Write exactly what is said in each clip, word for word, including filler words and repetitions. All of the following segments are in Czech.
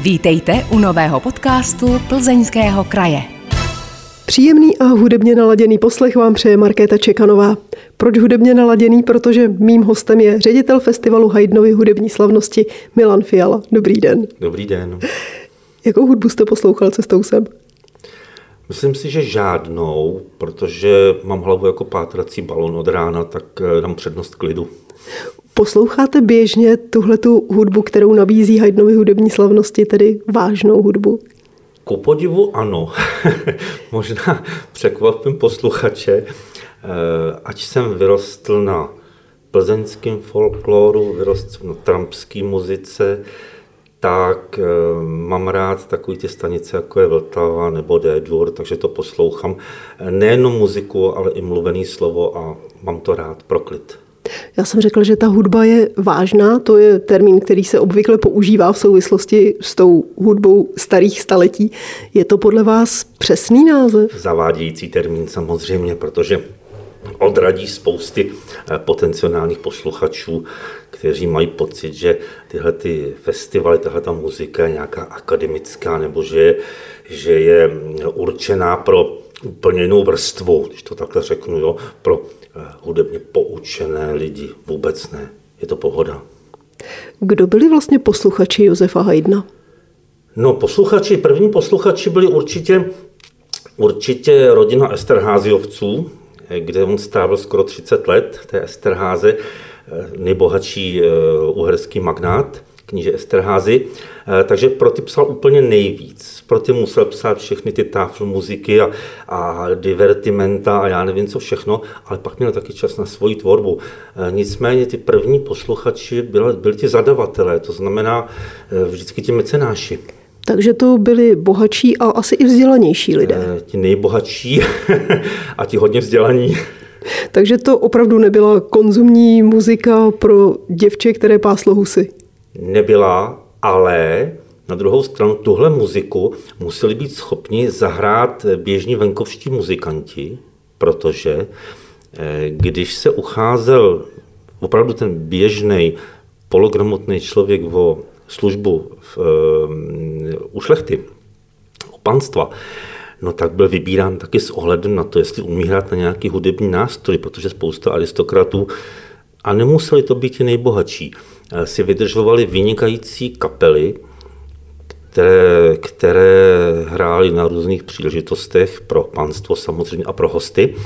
Vítejte u nového podcastu Plzeňského kraje. Příjemný a hudebně naladěný poslech vám přeje Markéta Čekanová. Proč hudebně naladěný? Protože mým hostem je ředitel festivalu Haydnovy hudební slavnosti Milan Fiala. Dobrý den. Dobrý den. Jakou hudbu jste poslouchal cestou sem? Myslím si, že žádnou, protože mám hlavu jako pátrací balon od rána, tak dám přednost klidu. Posloucháte běžně tuhletu hudbu, kterou nabízí Haydnovy hudební slavnosti, tedy vážnou hudbu? Ku podivu ano. Možná překvapím posluchače, ať jsem vyrostl na plzeňském folkloru, vyrostl na trampské muzice, tak mám rád takový ty stanice, jako je Vltava nebo D-dur, takže to poslouchám. Nejenom muziku, ale i mluvený slovo a mám to rád pro klid. Já jsem řekl, že ta hudba je vážná, to je termín, který se obvykle používá v souvislosti s tou hudbou starých staletí. Je to podle vás přesný název? Zavádějící termín samozřejmě, protože odradí spousty potenciálních posluchačů, kteří mají pocit, že tyhle ty festivaly, tahle ta muzika je nějaká akademická, nebo že je, že je určená pro úplně jinou vrstvu, když to takhle řeknu, jo, pro hudebně poučené lidi. Vůbec ne. Je to pohoda. Kdo byli vlastně posluchači Josefa Haydna? No, posluchači, první posluchači byli určitě, určitě rodina Esterházyovců, kde on strávil skoro třicet let, té Esterháze, nejbohatší uherský magnát, kníže Esterházy, takže pro ty psal úplně nejvíc. Pro ty musel psát všechny ty táfl muziky a, a divertimenta a já nevím co všechno, ale pak měl taky čas na svoji tvorbu. Nicméně ty první posluchači byli, byli ti zadavatelé, to znamená vždycky ti mecenáši. Takže to byli bohatší a asi i vzdělanější lidé. Ti nejbohatší a ti hodně vzdělaní. Takže to opravdu nebyla konzumní muzika pro děvče, které páslo husy? Nebyla, ale na druhou stranu tuhle muziku museli být schopni zahrát běžní venkovští muzikanti, protože když se ucházel opravdu ten běžný pologramotný člověk o službu v, u šlechty, u panstva, no tak byl vybírán taky s ohledem na to, jestli umí hrát na nějaký hudební nástroj, protože spousta aristokratů, a nemuseli to být i nejbohatší, si vydržovali vynikající kapely, které, které hrály na různých příležitostech pro panstvo samozřejmě a pro hosty.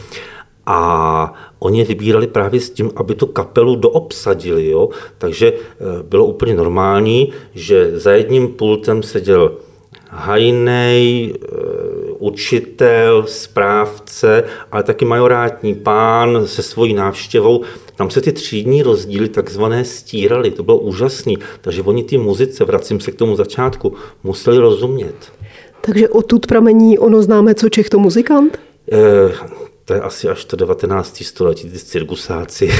A oni je vybírali právě s tím, aby tu kapelu doobsadili. Jo? Takže bylo úplně normální, že za jedním pultem seděl hajnej, učitel, správce, ale taky majorátní pán se svojí návštěvou. Tam se ty třídní rozdíly takzvané stíraly, to bylo úžasný. Takže oni ty muzice, vracím se k tomu začátku, museli rozumět. Takže odtud pramení ono známé, co Čech to muzikant? E, to je asi až to devatenácté století, ty cirkusáci.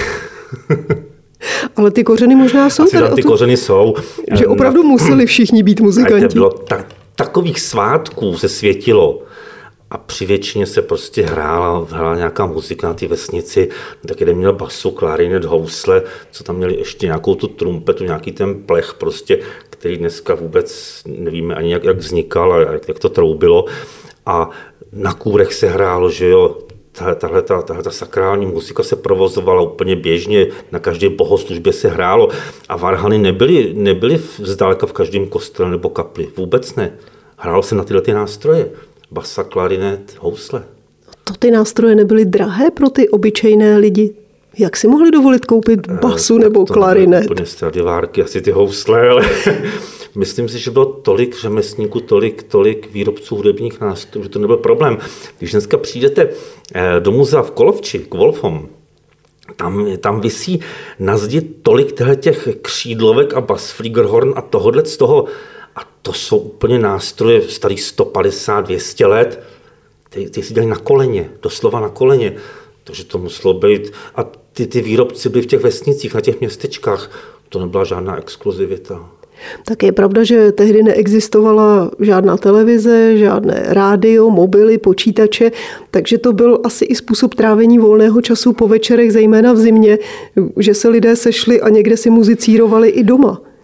Ale ty kořeny možná jsou. Asi tam ty kořeny jsou. Že opravdu museli všichni být muzikanti. Bylo tak, takových svátků se světilo. A při většině se prostě hrála, hrála nějaká muzika na ty vesnici, tak jeden měl basu, klarinet, housle, co tam měli ještě nějakou tu trumpetu, nějaký ten plech prostě, který dneska vůbec nevíme ani jak, jak vznikal a jak, jak to troubilo. A na kůrech se hrálo, že jo, tahle ta, tahle ta sakrální muzika se provozovala úplně běžně, na každé bohoslužbě se hrálo a varhany nebyly, nebyly zdaleka v každém kostele nebo kapli, vůbec ne. Hrálo se na tyhle ty nástroje. Basa, klarinet, housle. To ty nástroje nebyly drahé pro ty obyčejné lidi? Jak si mohli dovolit koupit basu e, nebo to klarinet? Úplně Stradivárky, asi ty housle, ale myslím si, že bylo tolik řemeslníků, tolik, tolik výrobců hudebních nástrojů, že to nebyl problém. Když dneska přijdete do muzea v Kolovči, k Wolfom, tam, tam visí na zdi tolik těch křídlovek a basfliegerhorn a tohodle z toho. A to jsou úplně nástroje starých sto padesát dvě stě let. Ty, ty si dělali na koleně, doslova na koleně. Takže to muselo být. A ty, ty výrobci byli v těch vesnicích, na těch městečkách. To nebyla žádná exkluzivita. Tak je pravda, že tehdy neexistovala žádná televize, žádné rádio, mobily, počítače, takže to byl asi i způsob trávení volného času po večerech, zejména v zimě, že se lidé sešli a někde si muzicírovali i doma.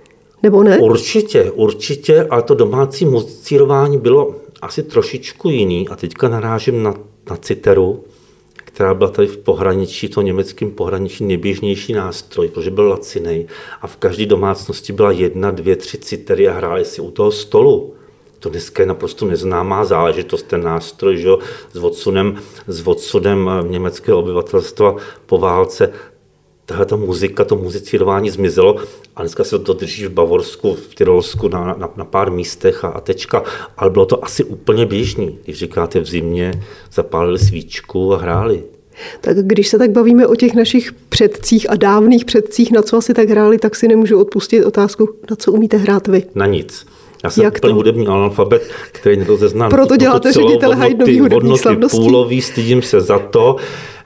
nebo ne? Určitě, určitě, ale to domácí muzicírování bylo asi trošičku jiný a teďka narážím na, na citeru, která byla tady v pohraničí, to německém pohraničí nejběžnější nástroj, protože byl lacinej a v každé domácnosti byla jedna, dvě, tři citery a hráli si u toho stolu. To dneska je naprosto neznámá záležitost, ten nástroj, že jo, s odsunem, s odsunem německého obyvatelstva po válce. Tahle ta muzika, to muzicírování zmizelo a dneska se to drží v Bavorsku, v Tyrolsku na, na, na pár místech a, a tečka. Ale bylo to asi úplně běžný, když říkáte v zimě, zapálili svíčku a hráli. Tak když se tak bavíme o těch našich předcích a dávných předcích, na co asi tak hráli, tak si nemůžu odpustit otázku, na co umíte hrát vy. Na nic. Já jsem úplně hudební analfabet, který nerozezná. Proto děláte ředitele Haydnových hudebních slavností. Půlový, stydím se za to,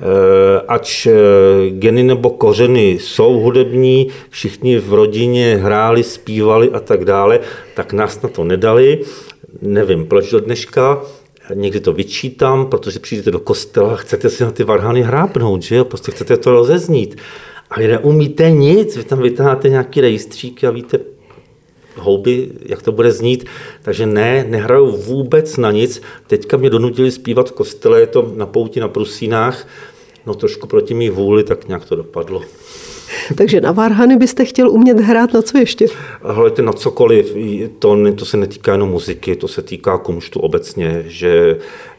ač geny nebo kořeny jsou hudební, všichni v rodině hráli, zpívali a tak dále, tak nás na to nedali. Nevím, proč do dneška. Někdy to vyčítám, protože přijdete do kostela a chcete si na ty varhany hrábnout, že jo? Prostě chcete to rozeznít. A vy neumíte nic, vy tam vytáháte nějaký rejstříky a víte houby, jak to bude znít. Takže ne, nehraju vůbec na nic. Teďka mě donutili zpívat v kostele, je to na pouti na Prusínách, no trošku proti mý vůli, tak nějak to dopadlo. Takže na varhany byste chtěl umět hrát na co ještě? Hledajte na cokoliv, to, to se netýká jenom muziky, to se týká kumštu obecně, že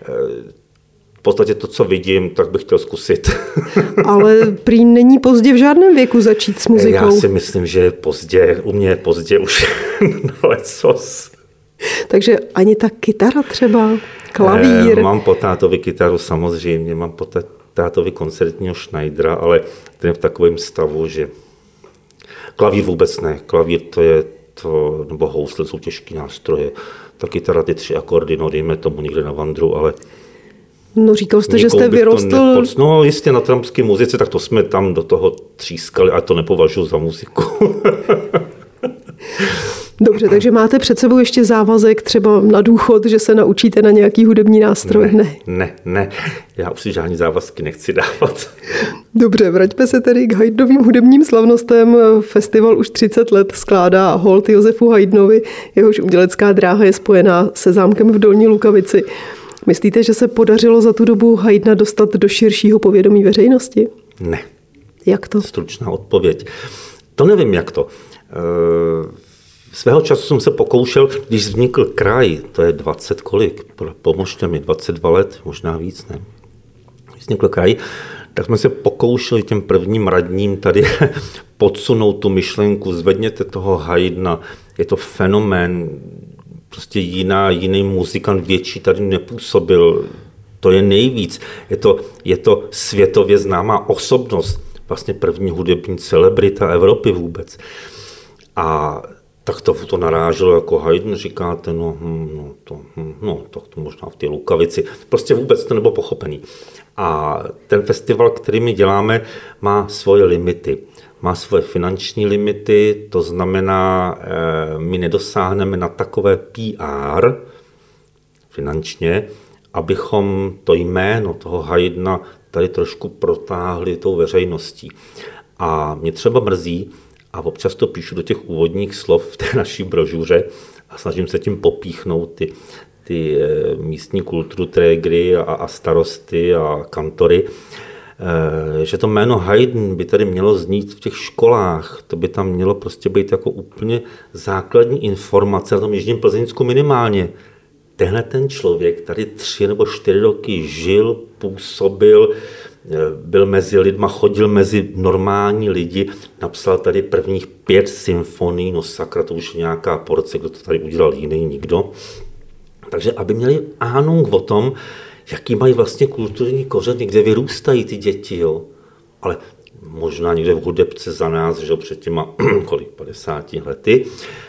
v podstatě to, co vidím, tak bych chtěl zkusit. Ale prý není pozdě v žádném věku začít s muzikou. Já si myslím, že je pozdě, u mě je pozdě už na lecos. Takže ani ta kytara třeba, klavír? Mám po tátovi kytaru samozřejmě, mám po tátovi koncertního Schneidera, ale ten je v takovém stavu, že klavír vůbec ne. Klavír to je to, nebo housle jsou těžký nástroje. Ta kytara, ty tři akordy, no dejme tomu někde na vandru, ale no říkal jste, že jste vyrostl... No jistě na trampské muzice, tak to jsme tam do toho třískali, ale to nepovažuji za muziku. Dobře, takže máte před sebou ještě závazek třeba na důchod, že se naučíte na nějaký hudební nástroj? Ne, ne, ne, ne. Já už si žádný závazky nechci dávat. Dobře, vraťme se tedy k Haydnovým hudebním slavnostem. Festival už třicet let skládá hold Josefu Haydnovi, jehož umělecká dráha je spojená se zámkem v Dolní Lukavici. Myslíte, že se podařilo za tu dobu Haydna dostat do širšího povědomí veřejnosti? Ne. Jak to? Stručná odpověď. To nevím, jak to. Svého času jsem se pokoušel, když vznikl kraj, to je dvacet kolik, pomožte mi, dvacet dva let, možná víc, ne? Když vznikl kraj, tak jsme se pokoušeli těm prvním radním tady podsunout tu myšlenku, zvedněte toho Haydna, je to fenomén, prostě jiná, jiný muzikant větší tady nepůsobil, to je nejvíc, je to, je to světově známá osobnost, vlastně první hudební celebrita Evropy vůbec. A tak to, to naráželo jako Haydn, říkáte, no, hm, no, to, hm, no tak to možná v té Lukavici. Prostě vůbec to nebylo pochopený. A ten festival, který my děláme, má svoje limity. Má svoje finanční limity, to znamená, my nedosáhneme na takové P R finančně, abychom to jméno toho Haydna tady trošku protáhli tou veřejností. A mě třeba mrzí, a občas to píšu do těch úvodních slov v té naší brožuře a snažím se tím popíchnout ty, ty místní kulturu, trégry a, a starosty a kantory, že to jméno Haydn by tady mělo znít v těch školách, to by tam mělo prostě být jako úplně základní informace na tom Jižním Plzeňsku minimálně. Tenhle ten člověk tady tři nebo čtyři roky žil, působil, byl mezi lidma, chodil mezi normální lidi, napsal tady prvních pět symfonií, no sakra, to už je nějaká porce, kdo to tady udělal jiný, nikdo. Takže aby měli ahnung o tom, jaký mají vlastně kulturní kořeny, kde vyrůstají ty děti, jo. Ale možná někde v hudebce za nás, že před těma kolik, padesáti lety,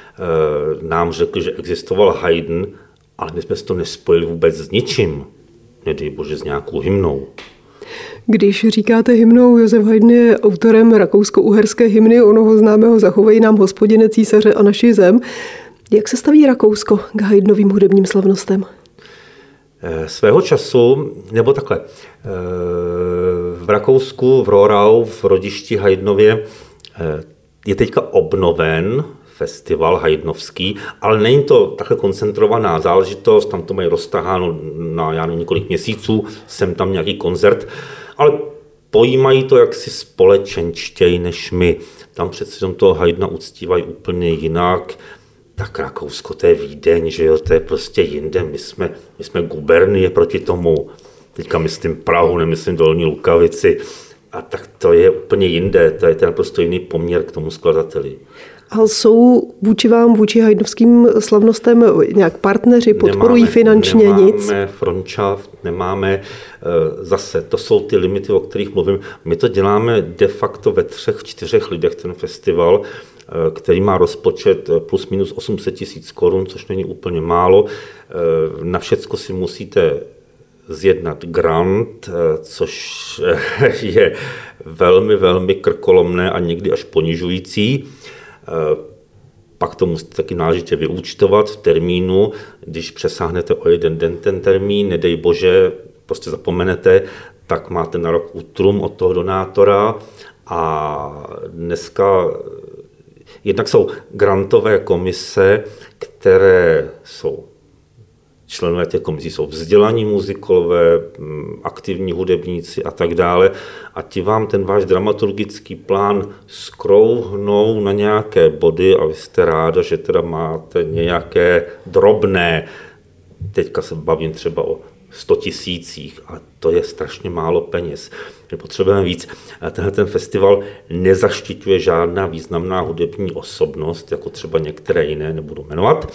nám řekli, že existoval Haydn, ale my jsme si to nespojili vůbec s ničím. Nedej bože s nějakou hymnou. Když říkáte hymnou, Josef Haydn je autorem rakousko-uherské hymny onoho známého Zachovej nám, Hospodine, císaře a naši zem. Jak se staví Rakousko k Haydnovým hudebním slavnostem? Svého času, nebo takhle, v Rakousku, v Rohrau, v rodišti Haydnově je teďka obnoven festival haydnovský, ale není to takhle koncentrovaná záležitost, tam to mají roztaháno na já nevím, několik měsíců, jsem tam nějaký koncert, ale pojímají to jaksi společenštěji než my. Tam přece toho Haydna uctívají úplně jinak. Tak Rakousko, to je Vídeň, že jo, to je prostě jinde. My jsme, my jsme gubernie proti tomu. Teďka myslím Prahu, nemyslím Dolní Lukavici. A tak to je úplně jinde. To je ten prostě jiný poměr k tomu skladateli. A jsou vůči vám, vůči haydnovským slavnostem nějak partneři, podporují nemáme, finančně nemáme nic? Nemáme frontschaft, nemáme zase, to jsou ty limity, o kterých mluvím. My to děláme de facto ve třech, čtyřech lidech ten festival, který má rozpočet plus minus osm set tisíc korun, což není úplně málo. Na všecko si musíte zjednat grant, což je velmi, velmi krkolomné a někdy až ponižující. Pak to musíte taky náležitě vyúčtovat v termínu, když přesáhnete o jeden den ten termín, nedej bože, prostě zapomenete, tak máte na rok útrum od toho donátora a dneska jednak jsou grantové komise, které jsou členové těch komisí jsou vzdělaní muzikolové, aktivní hudebníci a tak dále. A ti vám ten váš dramaturgický plán skrouhnou na nějaké body a vy jste ráda, že teda máte nějaké drobné, teďka se bavím třeba o sto tisících, a to je strašně málo peněz. My potřebujeme víc. A tenhle ten festival nezaštiťuje žádná významná hudební osobnost, jako třeba některé jiné, nebudu jmenovat.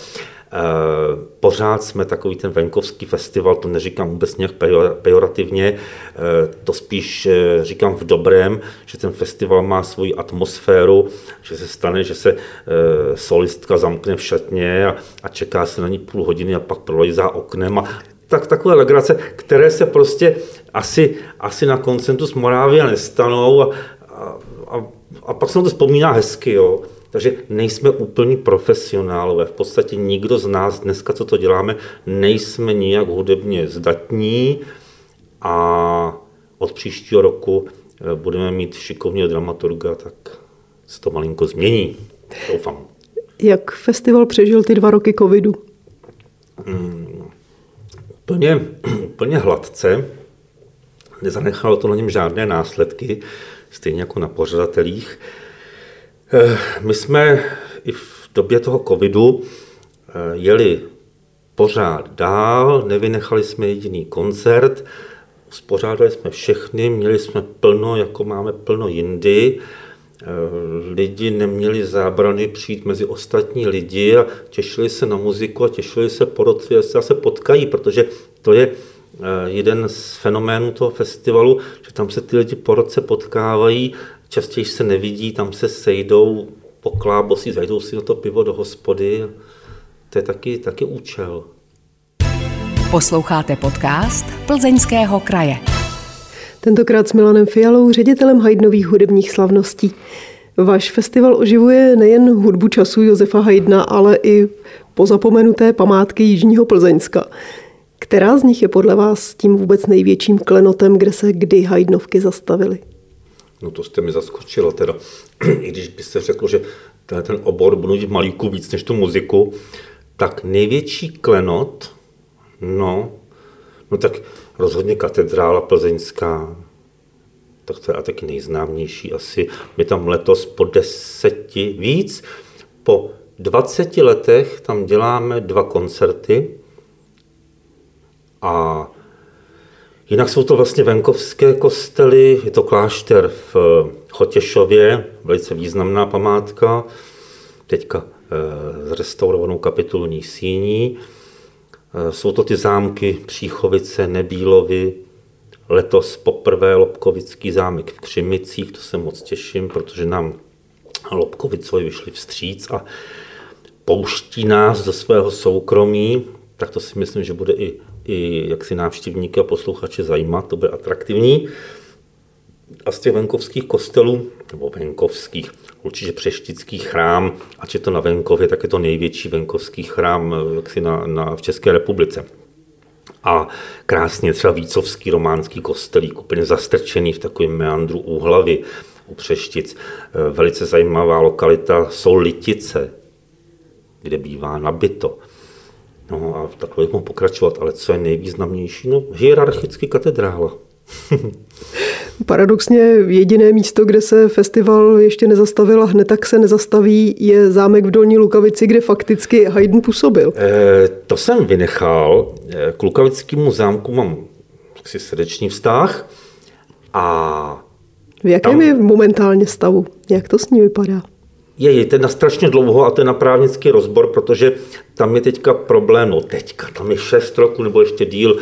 Pořád jsme takový ten venkovský festival, to neříkám vůbec nějak pejorativně, to spíš říkám v dobrém, že ten festival má svoji atmosféru, že se stane, že se solistka zamkne v šatně a, a čeká se na ní půl hodiny a pak prolejzá oknem a tak takové legrace, které se prostě asi, asi na Concentus Moravia nestanou a, a, a, a pak se na to vzpomíná hezky, jo. Takže nejsme úplní profesionálové. V podstatě nikdo z nás dneska, co to děláme, nejsme nijak hudebně zdatní a od příštího roku budeme mít šikovného dramaturga, tak se to malinko změní. Doufám. Jak festival přežil ty dva roky covidu? Hmm, úplně, úplně hladce. Nezanechalo to na něm žádné následky, stejně jako na pořadatelích. My jsme i v době toho covidu jeli pořád dál, nevynechali jsme jediný koncert, uspořádali jsme všechny, měli jsme plno, jako máme plno jindy. Lidi neměli zábrany přijít mezi ostatní lidi a těšili se na muziku a těšili se po roce, že se zase potkají, protože to je jeden z fenoménů toho festivalu, že tam se ty lidi po roce potkávají, častěji se nevidí, tam se sejdou, poklábosí, zajdou si na to pivo do hospody. To je taky, taky účel. Posloucháte podcast Plzeňského kraje. Tentokrát s Milanem Fialou, ředitelem Haydnových hudebních slavností. Váš festival oživuje nejen hudbu času Josefa Haydna, ale i pozapomenuté památky Jižního Plzeňska. Která z nich je podle vás tím vůbec největším klenotem, kde se kdy Haydnovky zastavily? No to jste mi zaskočila teda. I když byste řekl, že ten obor budu v malíku víc než tu muziku, tak největší klenot, no, no tak rozhodně katedrála plzeňská, tak to je a taky nejznámější asi. My tam letos po deseti víc, po dvaceti letech tam děláme dva koncerty a jinak jsou to vlastně venkovské kostely, je to klášter v Chotěšově, velice významná památka, teďka e, zrestaurovanou kapitulní síní. E, jsou to ty zámky Příchovice, Nebílovy, letos poprvé Lobkovický zámek v Křimicích, to se moc těším, protože nám Lobkovicovi vyšli vstříc a pouští nás do svého soukromí, tak to si myslím, že bude i i jak si návštěvníky a posluchače zajímat, to bude atraktivní. A z těch venkovských kostelů, nebo venkovských, určitě Přeštický chrám, ať je to na venkově, tak je to největší venkovský chrám jaksi na, na, v České republice. A krásně třeba Vícovský románský kostelík, úplně zastrčený v takovém meandru Úhlavy u Přeštic. Velice zajímavá lokalita jsou Litice. kde bývá nabito. No a takhle mohu pokračovat, ale co je nejvýznamnější? No, hierarchicky katedrála. Paradoxně jediné místo, kde se festival ještě nezastavil a hned tak se nezastaví, je zámek v Dolní Lukavici, kde fakticky Haydn působil. E, to jsem vynechal. K Lukavickému zámku mám si srdečný vztah. A v jakém tam je momentálně stavu? Jak to s ní vypadá? Je, je ten na strašně dlouho a to je na právnický rozbor, protože tam je teďka problém, no teďka, tam je šest roků nebo ještě díl,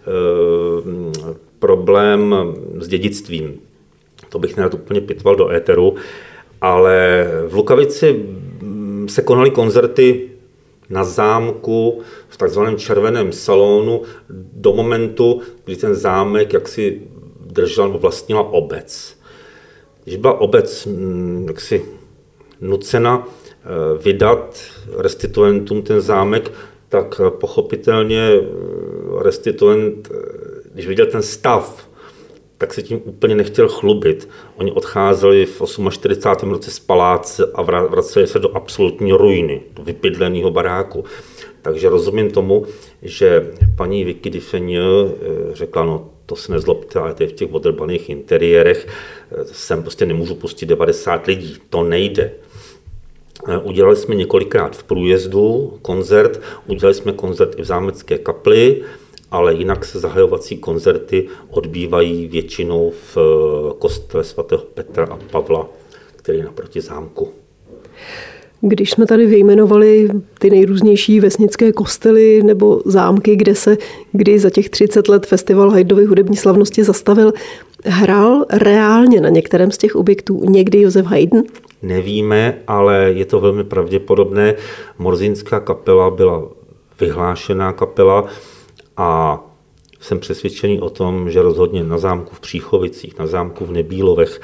e, problém s dědictvím. To bych nerad úplně pitval do éteru, ale v Lukavici se konaly koncerty na zámku v takzvaném červeném salonu do momentu, kdy ten zámek jaksi držela nebo vlastnila obec. Když byla obec jaksi nucena vydat restituentům ten zámek, tak pochopitelně restituent, když viděl ten stav, tak se tím úplně nechtěl chlubit. Oni odcházeli v čtyřicátém osmém roce z paláce a vraceli se do absolutní ruiny, do vypydleného baráku. Takže rozumím tomu, že paní Vicky Dufresne řekla, no to se nezlobte, ale tady v těch odrbaných interiérech sem prostě nemůžu pustit devadesát lidí, to nejde. Udělali jsme několikrát v průjezdu koncert, udělali jsme koncert i v zámecké kapli, ale jinak se zahajovací koncerty odbývají většinou v kostele svatého Petra a Pavla, který je naproti zámku. Když jsme tady vyjmenovali ty nejrůznější vesnické kostely nebo zámky, kde se kdy za těch třicet let festival Haydnovy hudební slavnosti zastavil, hrál reálně na některém z těch objektů někdy Josef Haydn? Nevíme, ale je to velmi pravděpodobné. Morzínská kapela byla vyhlášená kapela a jsem přesvědčený o tom, že rozhodně na zámku v Příchovicích, na zámku v Nebílovech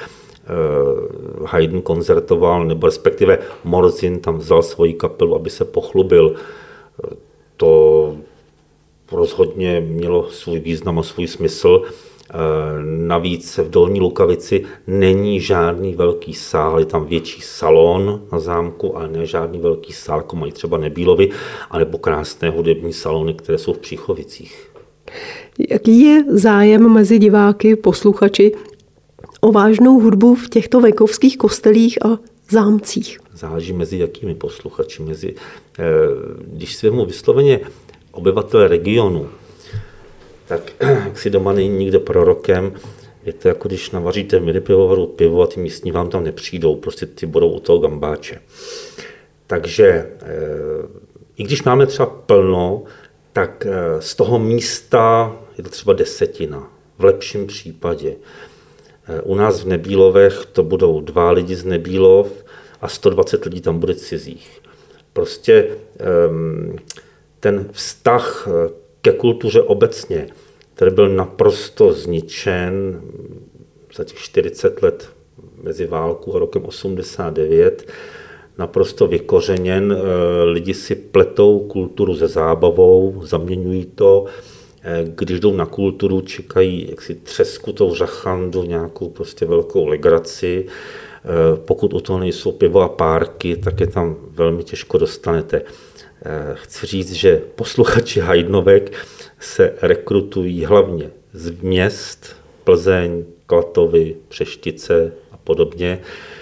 Haydn koncertoval, nebo respektive Morzin tam vzal svoji kapelu, aby se pochlubil. To rozhodně mělo svůj význam a svůj smysl. Navíc v Dolní Lukavici není žádný velký sál, je tam větší salon na zámku, ale ne žádný velký sál, jako mají třeba Nebílovy, anebo krásné hudební salony, které jsou v Příchovicích. Jaký je zájem mezi diváky, posluchači o vážnou hudbu v těchto venkovských kostelích a zámcích? Záleží mezi jakými posluchači. Mezi, když si vezmu vysloveně obyvatel regionu, tak jak si doma není nikde prorokem, je to jako když navaříte v minipivovaru pivo a ty místní vám tam nepřijdou, prostě ty budou u toho gambáče. Takže i když máme třeba plno, tak z toho místa je to třeba desetina, v lepším případě. U nás v Nebílovech to budou dva lidi z Nebílov a sto dvacet lidí tam bude cizích. Prostě ten vztah ke kultuře obecně, který byl naprosto zničen za těch čtyřicet let mezi válkou a rokem osmdesát devět, naprosto vykořeněn. Lidi si pletou kulturu se zábavou, zaměňují to. Když jdou na kulturu, čekají jaksi třeskutou řachandu, nějakou prostě velkou legraci. Pokud u toho nejsou pivo a párky, tak je tam velmi těžko dostanete. Chci říct, že posluchači Haydnovek se rekrutují hlavně z měst, Plzeň, Klatovy, Přeštice a podobně,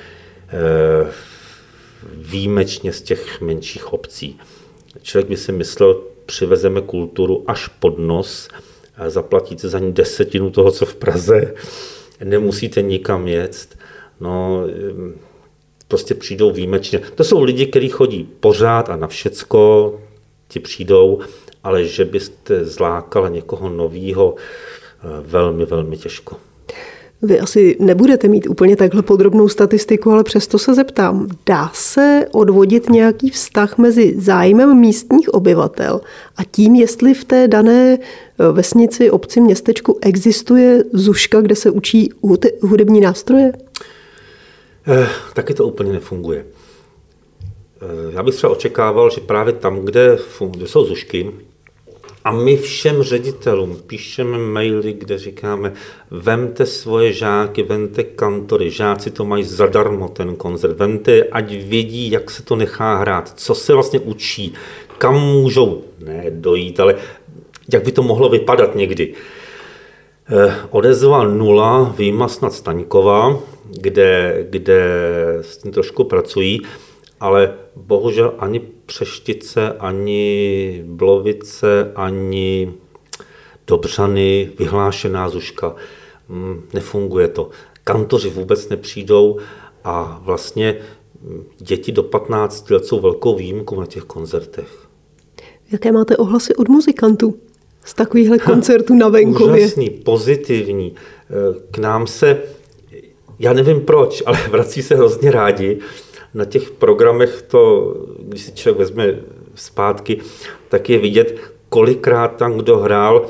výjimečně z těch menších obcí. Člověk by si myslel, přivezeme kulturu až pod nos, zaplatíte za ní desetinu toho, co v Praze, nemusíte nikam jet, no prostě přijdou výjimečně. To jsou lidi, kteří chodí pořád a na všecko, ti přijdou, ale že byste zlákali někoho novýho, velmi, velmi těžko. Vy asi nebudete mít úplně takhle podrobnou statistiku, ale přesto se zeptám, dá se odvodit nějaký vztah mezi zájmem místních obyvatel a tím, jestli v té dané vesnici, obci, městečku existuje zuška, kde se učí hudební nástroje? Eh, taky to úplně nefunguje. Eh, já bych třeba očekával, že právě tam, kde, kde jsou zušky, A my všem ředitelům píšeme maily, kde říkáme, vemte svoje žáky, vemte kantory, žáci to mají zadarmo ten koncert, vemte, ať vědí, jak se to nechá hrát, co se vlastně učí, kam můžou, ne dojít, ale jak by to mohlo vypadat někdy. Eh, odezva nula, vyjma snad Staňkova, kde, kde s tím trošku pracují, ale bohužel ani Přeštice, ani Blovice, ani Dobřany, vyhlášená Zuška, nefunguje to. Kantoři vůbec nepřijdou a vlastně děti do patnácti let jsou velkou výjimkou na těch koncertech. Jaké máte ohlasy od muzikantů z takovýchhle koncertů na venkově? Úžasný, pozitivní. K nám se, já nevím proč, ale vrací se hrozně rádi. Na těch programech to, když si člověk vezme zpátky, tak je vidět, kolikrát tam kdo hrál.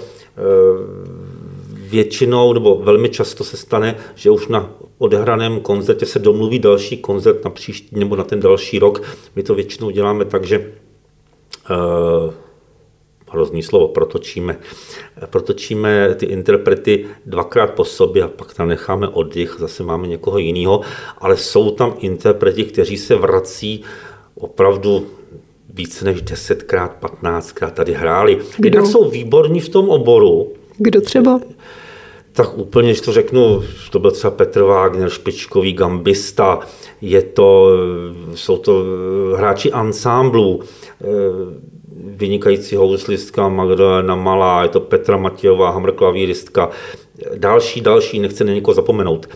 Většinou, nebo velmi často se stane, že už na odehraném koncertě se domluví další koncert na příští nebo na ten další rok. My to většinou děláme tak, že uh, hrozný slovo, protočíme. Protočíme ty interprety dvakrát po sobě a pak tam necháme oddych, zase máme někoho jiného, ale jsou tam interpreti, kteří se vrací opravdu více než desetkrát, patnáctkrát tady hráli. Jednak jsou výborní v tom oboru. Kdo třeba? Tak úplně, že to řeknu, to byl třeba Petr Wagner, špičkový gambista, je to, jsou to hráči ansámblů, vynikající houslistka Magdalena Malá, je to Petra Matějová, hamrklavíristka, další, další, nechci na někoho zapomenout.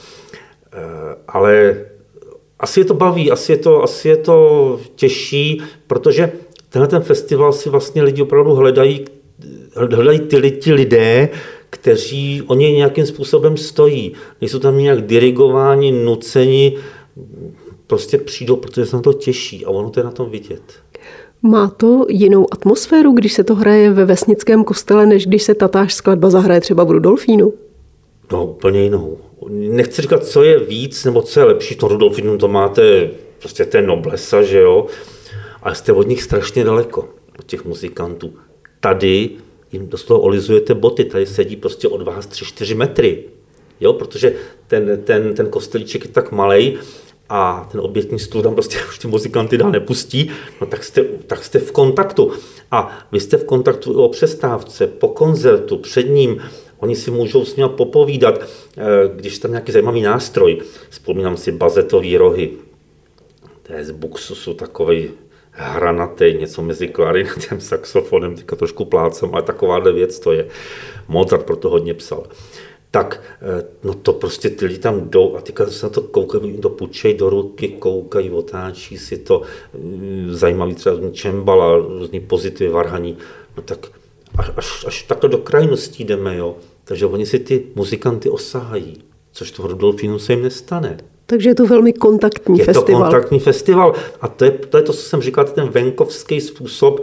Ale asi je to baví, asi je to, asi je to těžší, protože tenhle ten festival si vlastně lidi opravdu hledají, hledají ty, ty lidé, kteří o něj nějakým způsobem stojí. Nejsou tam nějak dirigováni, nuceni, prostě přijdou, protože se na to těší a ono to je na tom vidět. Má to jinou atmosféru, když se to hraje ve vesnickém kostele, než když se tatáž skladba zahraje třeba v Rudolfínu? No, úplně jinou. Nechci říkat, co je víc nebo co je lepší. V tom Rudolfínu to máte prostě té noblesa, že jo? Ale jste od nich strašně daleko, od těch muzikantů. Tady jim doslova olizujete boty, tady sedí prostě od vás tři čtyři metry. Jo? Protože ten, ten, ten kostelíček je tak malej, a ten obětní stůl tam prostě už ty muzikanty dál nepustí, no tak jste, tak jste v kontaktu. A vy jste v kontaktu o přestávce, po koncertu, před ním, oni si můžou s ním popovídat, když tam nějaký zajímavý nástroj. Vzpomínám si bazetový rohy, to je z buksusu takovej hranatý, něco mezi klarinetem, saxofonem, teďka trošku plácem, ale takováhle věc to je. Mozart proto hodně psal. Tak no to prostě ty lidi tam jdou a teďka se na to koukají, to pučejí do ruky, koukají, otáčí si to, zajímavý třeba čembala, různý pozitivy, varhaní, no tak až, až, až takhle do krajností jdeme, jo, takže oni si ty muzikanty osahají, což to v Rudolfínu se jim nestane. Takže je to velmi kontaktní je festival. Je to kontaktní festival a to je, to je to, co jsem říkal, ten venkovský způsob,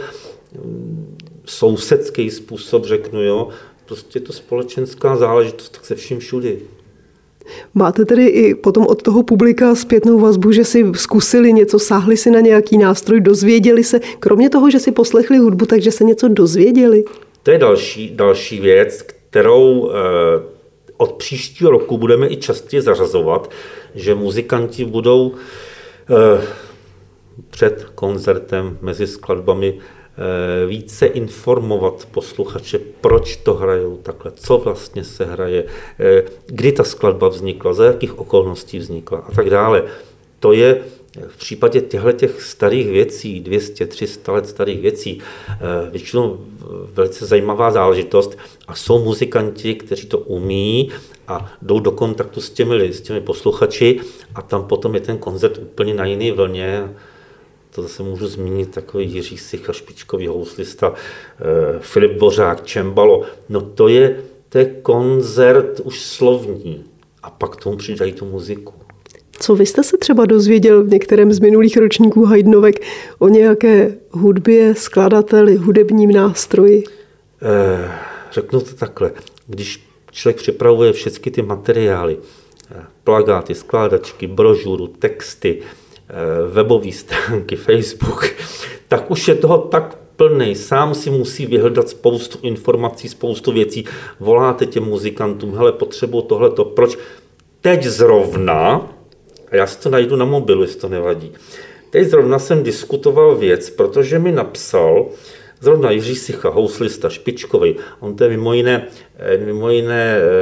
sousedský způsob, řeknu, jo, prostě je to společenská záležitost, tak se vším všudy. Máte tedy i potom od toho publika zpětnou vazbu, že si zkusili něco, sáhli si na nějaký nástroj, dozvěděli se, kromě toho, že si poslechli hudbu, takže se něco dozvěděli? To je další, další věc, kterou eh, od příštího roku budeme i častěji zařazovat, že muzikanti budou eh, před koncertem mezi skladbami více informovat posluchače, proč to hrajou takhle, co vlastně se hraje, kdy ta skladba vznikla, za jakých okolností vznikla a tak dále. To je v případě těchto starých věcí, dvě stě tři sta let starých věcí, většinou velice zajímavá záležitost a jsou muzikanti, kteří to umí a jdou do kontaktu s těmi, s těmi posluchači a tam potom je ten koncert úplně na jiné vlně. To zase můžu zmínit takový Jiří Sicha, špičkový houslista, eh, Filip Bořák, čembalo. No to je, to je koncert už slovní a pak tomu přidají tu muziku. Co vy jste se třeba dozvěděl v některém z minulých ročníků Haydnovek o nějaké hudbě, skladateli, hudebním nástroji? Eh, řeknu to takhle. Když člověk připravuje všechny ty materiály, eh, plakáty, skládačky, brožuru, texty, webové stránky, Facebook, tak už je toho tak plnej, sám si musí vyhledat spoustu informací, spoustu věcí, voláte těm muzikantům, hele, potřebuji tohleto, proč? Teď zrovna, a já si to najdu na mobilu, jestli to nevadí, teď zrovna jsem diskutoval věc, protože mi napsal zrovna Jiří Sicha, houslista, špičkový, on to je mimo jiné, mimo jiné eh,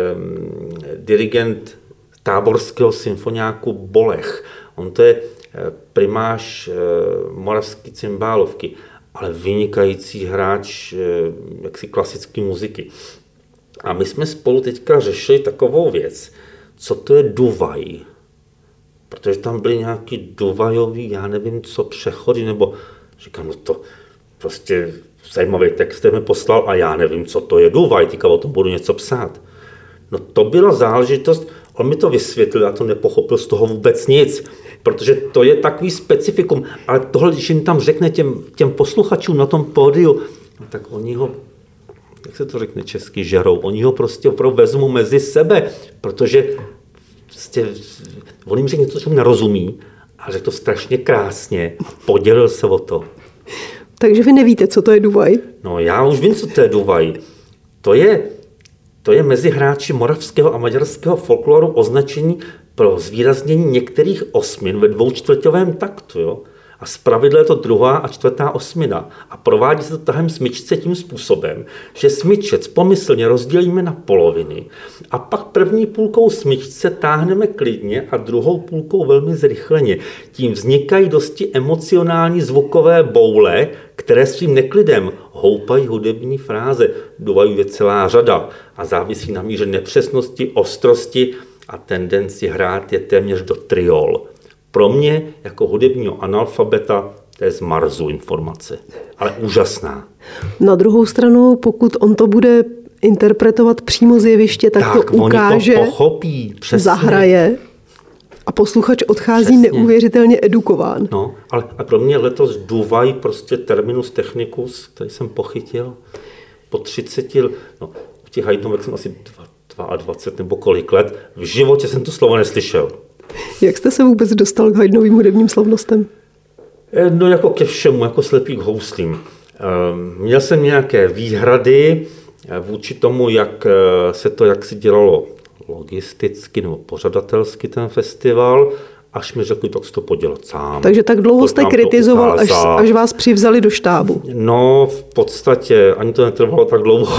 dirigent táborského symfoniáku Bolech, on to je primář eh, moravské cymbálovky, ale vynikající hráč eh, jaksi klasické muziky. A my jsme spolu teďka řešili takovou věc, co to je duvaj. Protože tam byly nějaký duvajový, já nevím co, přechody, nebo říkám, no to prostě zajímavý text mi poslal a já nevím, co to je duvaj, teďka o tom budu něco psát. No to byla záležitost, on mi to vysvětlil, já to nepochopil z toho vůbec nic, protože to je takový specifikum, ale tohle, když jim tam řekne těm, těm posluchačům na tom pódiu, no tak oni ho, jak se to řekne česky, žerou, oni ho prostě opravdu vezmou mezi sebe, protože prostě, on jim řekne něco, co mu nerozumí, ale řekl to strašně krásně a podělil se o to. Takže vy nevíte, co to je duvaj? No já už vím, co to je duvaj. To je, to je mezi hráči moravského a maďarského folkloru označení pro zvýraznění některých osmin ve dvoučtvrťovém taktu. Jo? A zpravidla je to druhá a čtvrtá osmina. A provádí se to tahem smyčce tím způsobem, že smyčec pomyslně rozdělíme na poloviny a pak první půlkou smyčce táhneme klidně a druhou půlkou velmi zrychleně. Tím vznikají dosti emocionální zvukové boule, které svým neklidem houpají hudební fráze. Duvajů je celá řada a závisí na míře nepřesnosti, ostrosti a tendenci hrát je téměř do triol. Pro mě, jako hudebního analfabeta, to je z Marsu informace, ale úžasná. Na druhou stranu, pokud on to bude interpretovat přímo z jeviště, tak, tak to ukáže, to pochopí, přesně. Zahraje a posluchač odchází přesně. Neuvěřitelně edukován. No, ale a pro mě letos duvaj prostě terminus technicus, který jsem pochytil po třiceti, no, v těch Haydnovech jsem asi dvacet dva nebo kolik let, v životě jsem to slovo neslyšel. Jak jste se vůbec dostal k Haydnovým hudebním slavnostem? No jako ke všemu, jako slepý k houslím. Měl jsem nějaké výhrady vůči tomu, jak se to jaksi dělalo logisticky nebo pořadatelsky ten festival, až mi řekli, tak si to podělat sám. Takže tak dlouho jste kritizoval, až, až vás přivzali do štábu. No v podstatě ani to netrvalo tak dlouho.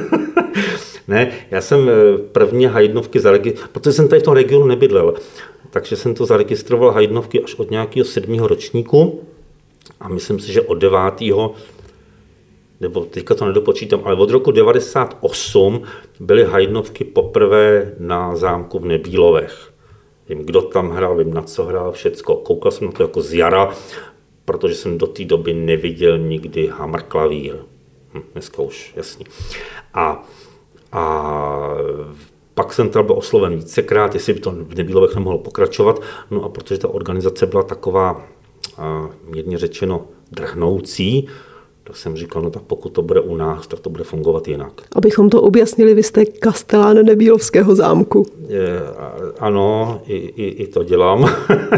Ne, já jsem první Haydnovky zaregistroval, protože jsem tady v tom regionu nebydlel, takže jsem to zaregistroval Haydnovky až od nějakého sedmého ročníku a myslím si, že od devátého nebo teďka to nedopočítám, ale od roku devadesát osm byly Haydnovky poprvé na zámku v Nebílovech. Vím, kdo tam hrál, vím, na co hrál, všecko. Koukal jsem na to jako z jara, protože jsem do té doby neviděl nikdy hamrklavír. Hm, dneska už, jasný. A A pak jsem teda byl osloven vícekrát, jestli by to v Nebílovech nemohlo pokračovat. No a protože ta organizace byla taková, mírně řečeno, drhnoucí, tak jsem říkal, no tak pokud to bude u nás, tak to bude fungovat jinak. Abychom to objasnili, vy jste kastelán Nebílovského zámku. Je, ano, i, i, i to dělám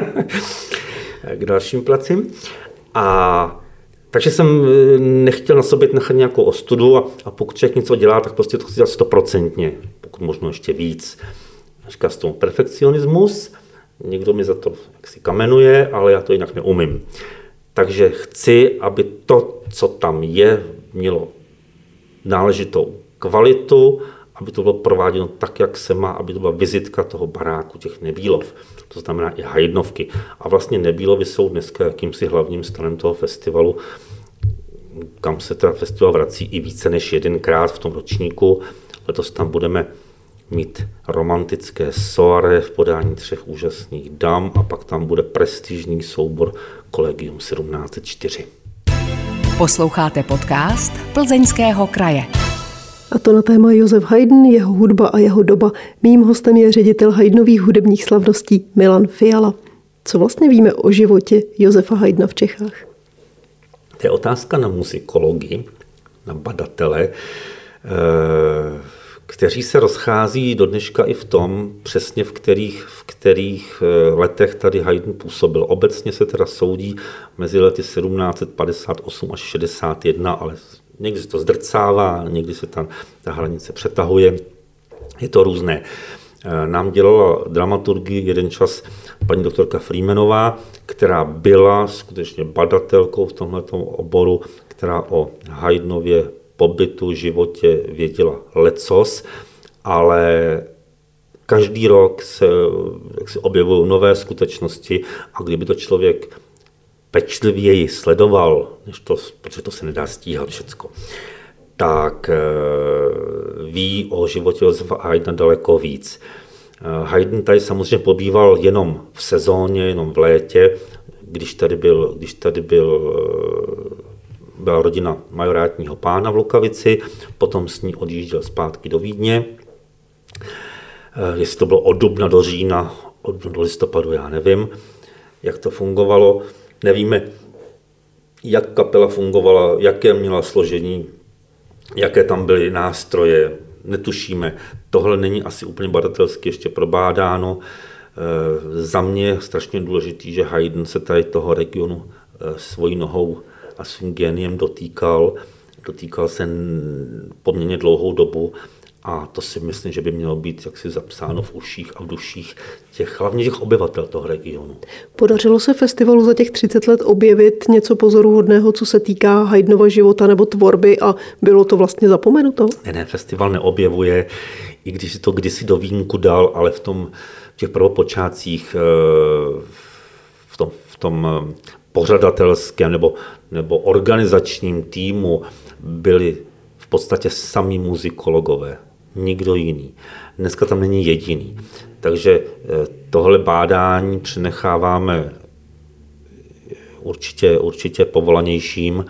k dalším placím. A takže jsem nechtěl na sobě nechat nějakou ostudu a, a pokud člověk něco dělá, tak prostě to chci dělat stoprocentně, pokud možno ještě víc. Říká se tomu perfekcionismus, někdo mi za to jaksi kamenuje, ale já to jinak neumím. Takže chci, aby to, co tam je, mělo náležitou kvalitu, aby to bylo prováděno tak, jak se má, aby to byla vizitka toho baráku, těch Nebílov. To znamená i Haydnovky. A vlastně Nebílovy jsou dneska jakýmsi hlavním stanem toho festivalu, kam se teda festival vrací i více než jedenkrát v tom ročníku. Letos tam budeme mít romantické soirée v podání třech úžasných dam a pak tam bude prestižní soubor Collegium sedmnáct set čtyři. Posloucháte podcast Plzeňského kraje. A to na téma Josef Haydn, jeho hudba a jeho doba. Mým hostem je ředitel Haydnových hudebních slavností Milan Fiala. Co vlastně víme o životě Josefa Haydna v Čechách? To je otázka na muzikologii, na badatele, kteří se rozchází do dneška i v tom, přesně v kterých, v kterých letech tady Haydn působil. Obecně se teda soudí mezi lety sedmnáct set padesát osm až šedesát jedna, ale někdy se to zdrcává, někdy se tam ta hranice přetahuje. Je to různé. Nám dělala dramaturgii jeden čas paní doktorka Freemanová, která byla skutečně badatelkou v tomhletom oboru, která o Haydnově pobytu, životě věděla lecos, ale každý rok se, se objevují nové skutečnosti a kdyby to člověk pečlivěji sledoval, než to, protože to se nedá stíhat všecko, tak ví o životě Josefa Haydna daleko víc. Haydn tady samozřejmě pobýval jenom v sezóně, jenom v létě, když tady byl, když tady byl byla rodina majorátního pána v Lukavici, potom s ní odjížděl zpátky do Vídně. Jestli to bylo od dubna do října, od dubna do listopadu, já nevím, jak to fungovalo. Nevíme, jak kapela fungovala, jaké měla složení, jaké tam byly nástroje, netušíme. Tohle není asi úplně badatelsky ještě probádáno. Za mě je strašně důležitý, že Haydn se tady toho regionu svojí nohou a svým géniem dotýkal. Dotýkal se poměrně dlouhou dobu a to si myslím, že by mělo být jaksi zapsáno v uších a v duších těch, hlavně těch obyvatel toho regionu. Podařilo se festivalu za těch třicet let objevit něco pozoruhodného, co se týká Haydnova života nebo tvorby a bylo to vlastně zapomenuto? Ne, ne, festival neobjevuje, i když si to kdysi do vínku dal, ale v tom v těch prvopočátcích v tom, v tom pořadatelském nebo, nebo organizačním týmu byli v podstatě sami muzikologové, nikdo jiný. Dneska tam není jediný. Takže tohle bádání přenecháváme určitě, určitě povolanějším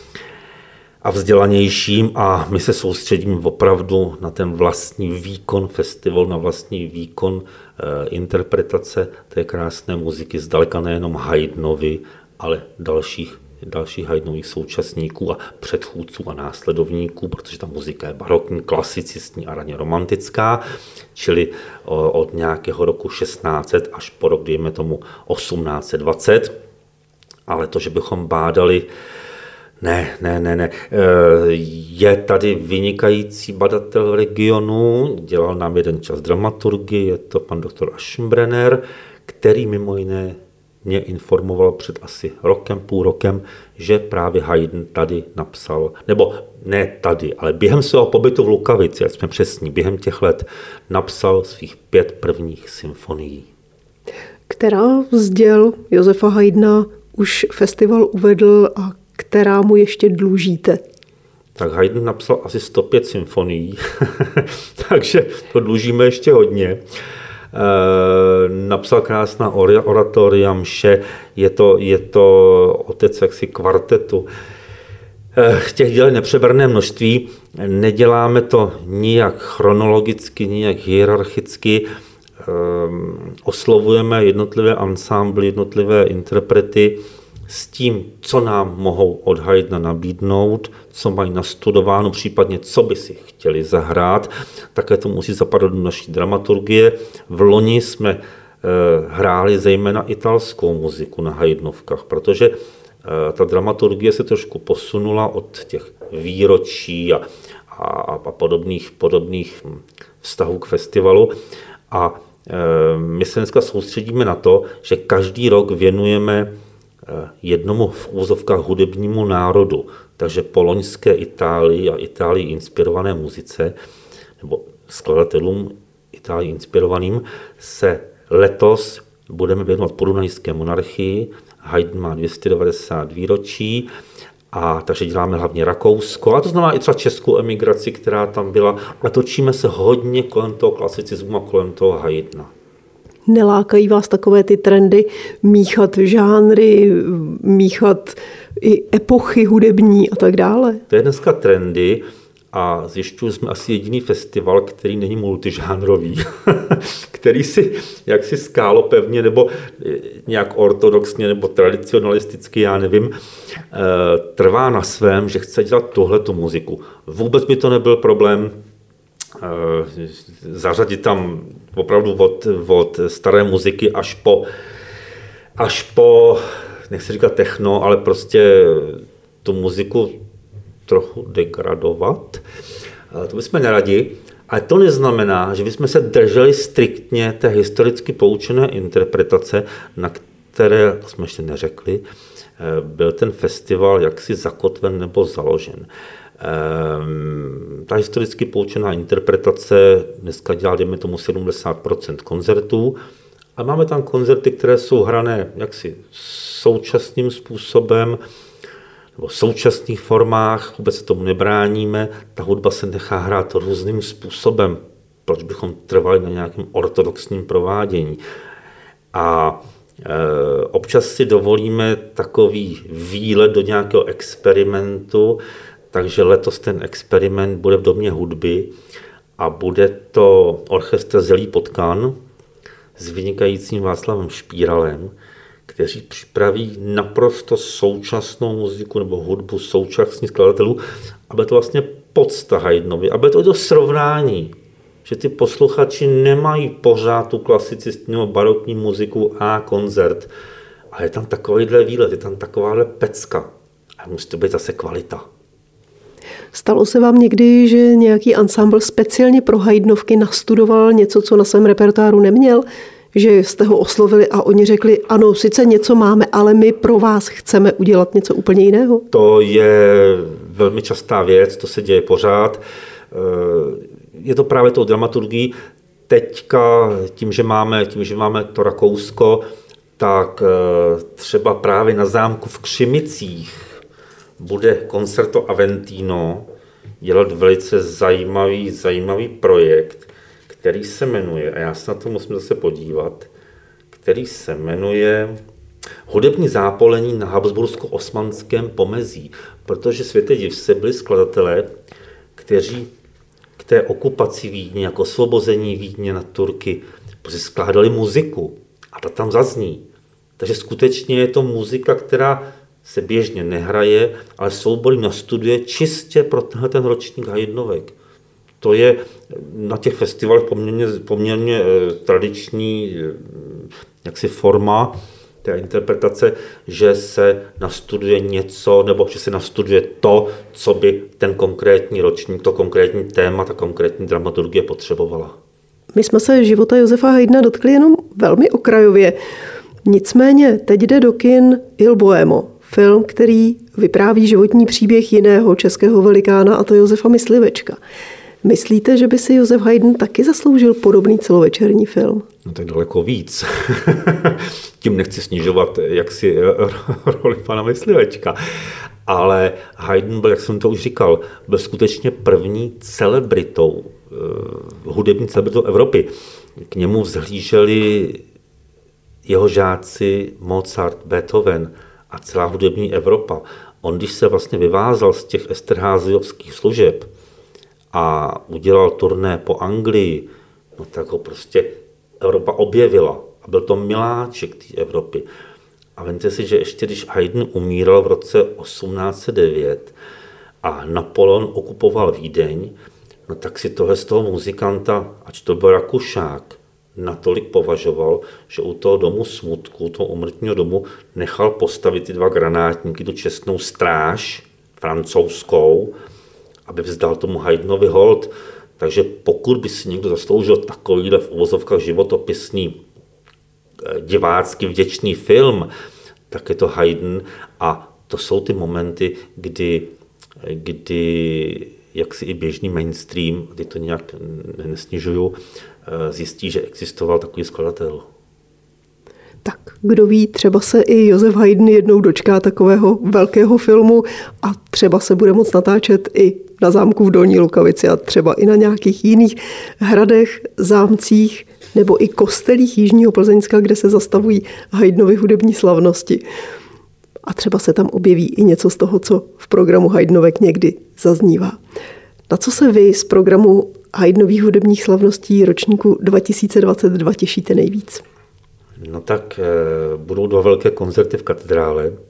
a vzdělanějším a my se soustředíme opravdu na ten vlastní výkon festivalu, na vlastní výkon eh, interpretace té krásné muziky, zdaleka nejenom Haydnovi, ale dalších, dalších Haydnových současníků a předchůdců a následovníků, protože ta muzika je barokní, klasicistní a raně romantická, čili o, od nějakého roku šestnáct set až po rok, dejme tomu osmnáct set dvacet, ale to, že bychom bádali, ne, ne, ne, ne. Je tady vynikající badatel v regionu, dělal nám jeden čas dramaturgii, je to pan doktor Aschenbrenner, který mimo jiné mě informoval před asi rokem, půl rokem, že právě Haydn tady napsal, nebo ne tady, ale během svého pobytu v Lukavici, ať jsme přesní, během těch let napsal svých pět prvních symfonií. Která z děl Josefa Haydna už festival uvedl a která mu ještě dlužíte? Tak Haydn napsal asi sto pět symfonií, takže to dlužíme ještě hodně. E, napsal krásná oratoria, mše, je to, je to otec jaksi kvartetu. E, těch děl nepřeberné množství, neděláme to nijak chronologicky, nijak hierarchicky, e, oslovujeme jednotlivé ansámbly, jednotlivé interprety, s tím, co nám mohou od Haydna nabídnout, co mají nastudováno, případně co by si chtěli zahrát. Také to musí zapadat do naší dramaturgie. V loni jsme e, hráli zejména italskou muziku na Haydnovkách, protože e, ta dramaturgie se trošku posunula od těch výročí a, a, a podobných, podobných vztahů k festivalu. A e, my se dneska soustředíme na to, že každý rok věnujeme jednomu v úzovkách hudebnímu národu, takže po loňské Itálii a Itálii inspirované muzice, nebo skladatelům Itálii inspirovaným, se letos budeme věnovat podunajské monarchii. Haydn má dvě stě devadesát výročí, a takže děláme hlavně Rakousko, a to znamená i třeba českou emigraci, která tam byla, a točíme se hodně kolem toho klasicismu a kolem toho Haydna. Nelákají vás takové ty trendy míchat žánry, míchat i epochy hudební a tak dále? To je dneska trendy a zjišťuji, jsme asi jediný festival, který není multižánrový, který si jaksi skálopevně nebo nějak ortodoxně nebo tradicionalisticky, já nevím, trvá na svém, že chce dělat tuhletu muziku. Vůbec by to nebyl problém zařadit tam opravdu od, od staré muziky až po, až po, nechci říkat techno, ale prostě tu muziku trochu degradovat. To bychom neradi. Ale to neznamená, že bychom se drželi striktně té historicky poučené interpretace, na které, jsme ještě neřekli, byl ten festival jaksi zakotven nebo založen. Ta historicky poučená interpretace dneska dělá, dejme tomu, sedmdesát procent koncertů a máme tam koncerty, které jsou hrané jaksi současným způsobem nebo v současných formách, vůbec se tomu nebráníme, ta hudba se nechá hrát různým způsobem, proč bychom trvali na nějakém ortodoxním provádění. A e, občas si dovolíme takový výlet do nějakého experimentu, takže letos ten experiment bude v Domě hudby a bude to orchestr Zelí potkan s vynikajícím Václavem Špíralem, kteří připraví naprosto současnou muziku nebo hudbu současných skladatelů, aby to vlastně podsta Haydnovi, aby to do srovnání, že ty posluchači nemají pořád tu klasicistní nebo barokní muziku a koncert, ale je tam takovýhle výlet, je tam takováhle pecka a musí to být zase kvalita. Stalo se vám někdy, že nějaký ansámbl speciálně pro Haydnovky nastudoval něco, co na svém repertoáru neměl? Že jste ho oslovili a oni řekli, ano, sice něco máme, ale my pro vás chceme udělat něco úplně jiného? To je velmi častá věc, to se děje pořád. Je to právě tou dramaturgií. Teďka tím, že máme, tím, že máme to Rakousko, tak třeba právě na zámku v Křimicích bude Concerto Aventino dělat velice zajímavý, zajímavý projekt, který se jmenuje, a já se na to musím zase podívat, který se jmenuje Hudební zápolení na habsbursko-osmanském pomezí, protože světe div se byli skladatelé, kteří k té okupaci Vídně, jako osvobození Vídně na Turky, prostě skládali muziku a ta tam zazní. Takže skutečně je to muzika, která se běžně nehraje, ale souborím nastuduje čistě pro tenhle ten ročník Haydnovek. To je na těch festivalech poměrně, poměrně tradiční jaksi forma té interpretace, že se nastuduje něco, nebo že se nastuduje to, co by ten konkrétní ročník, to konkrétní téma, ta konkrétní dramaturgie potřebovala. My jsme se života Josefa Haydna dotkli jenom velmi okrajově. Nicméně teď jde do kin Il Bohemo, film, který vypráví životní příběh jiného českého velikána, a to Josefa Myslivečka. Myslíte, že by si Josef Haydn taky zasloužil podobný celovečerní film? No tak daleko víc. Tím nechci snižovat jaksi roli pana Myslivečka. Ale Haydn byl, jak jsem to už říkal, byl skutečně první celebritou, hudební celebritou Evropy. K němu vzhlíželi jeho žáci Mozart, Beethoven a celá hudební Evropa. On, když se vlastně vyvázal z těch esterházyovských služeb a udělal turné po Anglii, no tak ho prostě Evropa objevila. A byl to miláček té Evropy. A vemte si, že ještě když Haydn umíral v roce osmnáct set devět a Napoleon okupoval Vídeň, no tak si tohle z toho muzikanta, ač to byl Rakušák, natolik považoval, že u toho domu smutku, toho umrtního domu, nechal postavit ty dva granátníky, tu čestnou stráž francouzskou, aby vzdal tomu Haydnovi hold. Takže pokud by si někdo zasloužil takovýhle v uvozovkách životopisný, divácky vděčný film, tak je to Haydn. A to jsou ty momenty, kdy, kdy jak si i běžný mainstream, kdy to nějak nesnižuju, zjistí, že existoval takový skladatel. Tak, kdo ví, třeba se i Josef Haydn jednou dočká takového velkého filmu a třeba se bude moct natáčet i na zámku v Dolní Lukavici a třeba i na nějakých jiných hradech, zámcích nebo i kostelích Jižního Plzeňska, kde se zastavují Haydnovy hudební slavnosti. A třeba se tam objeví i něco z toho, co v programu Haydnovek někdy zaznívá. Na co se vy z programu Haydnových hudebních slavností ročníku dva tisíce dvacet dva těšíte nejvíc? No tak e, budou dva velké koncerty v katedrále. E,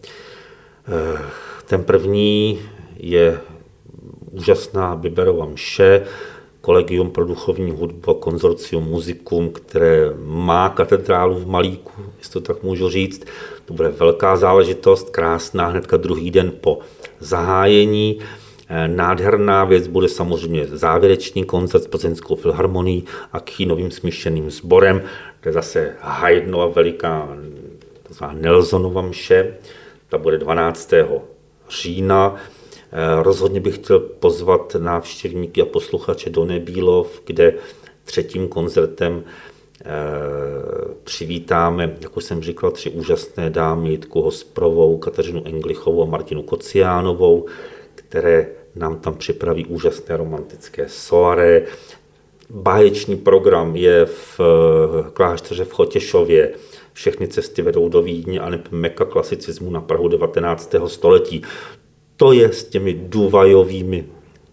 ten první je úžasná Biberova mše, Kolegium pro duchovní hudbu a konzorcium Musicum, které má katedrálu v Malíku, jestli to tak můžu říct. To bude velká záležitost, krásná, hnedka druhý den po zahájení. Nádherná věc bude samozřejmě závěrečný koncert s Plzeňskou filharmonií a kýnovým smíšeným sborem. To je zase Haydnova veliká Nelsonova mše. Ta bude dvanáctého října. Rozhodně bych chtěl pozvat návštěvníky a posluchače do Nebílov, kde třetím koncertem přivítáme, jak už jsem říkal, tři úžasné dámy, Jitku Hosprovou, Kateřinu Englichovou a Martinu Kociánovou, které nám tam připraví úžasné romantické soirée. Báječný program je v klášteře v Chotěšově. Všechny cesty vedou do Vídně a neb meka klasicismu na prahu devatenáctého století. To je s těmi duvajovými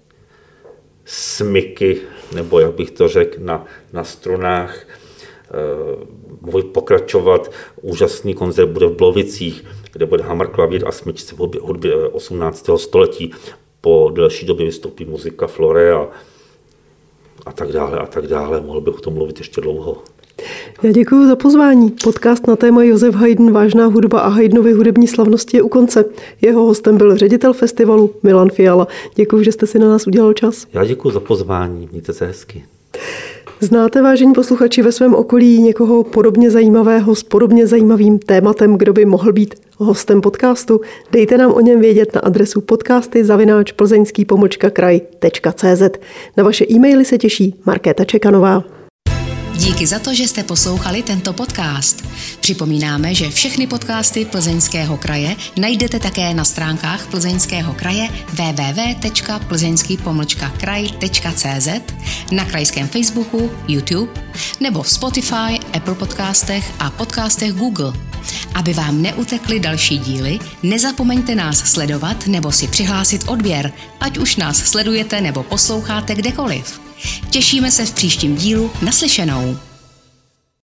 smyky, nebo jak bych to řekl, na, na strunách. E, můžu pokračovat. Úžasný koncert bude v Blovicích, kde bude hamr, klavír a smyčce v hudbě osmnáctého století. Po delší době vystoupí muzika Flore a, a tak dále a tak dále. Mohl bych o tom mluvit ještě dlouho. Já děkuji za pozvání. Podcast na téma Josef Haydn, vážná hudba a Haydnovy hudební slavnosti je u konce. Jeho hostem byl ředitel festivalu Milan Fiala. Děkuji, že jste si na nás udělal čas. Já děkuji za pozvání. Mějte se hezky. Znáte, vážení posluchači, ve svém okolí někoho podobně zajímavého s podobně zajímavým tématem, kdo by mohl být hostem podcastu? Dejte nám o něm vědět na adresu podcasty zavináč plzeňský pomlčka kraj tečka cé zet. Na vaše e-maily se těší Markéta Čekanová. Díky za to, že jste poslouchali tento podcast. Připomínáme, že všechny podcasty Plzeňského kraje najdete také na stránkách Plzeňského kraje w w w tečka plzeňský pomlčka kraj tečka cé zet, na krajském Facebooku, YouTube nebo v Spotify, Apple podcastech a podcastech Google. Aby vám neutekly další díly, nezapomeňte nás sledovat nebo si přihlásit odběr, ať už nás sledujete nebo posloucháte kdekoliv. Těšíme se v příštím dílu. Naslyšenou.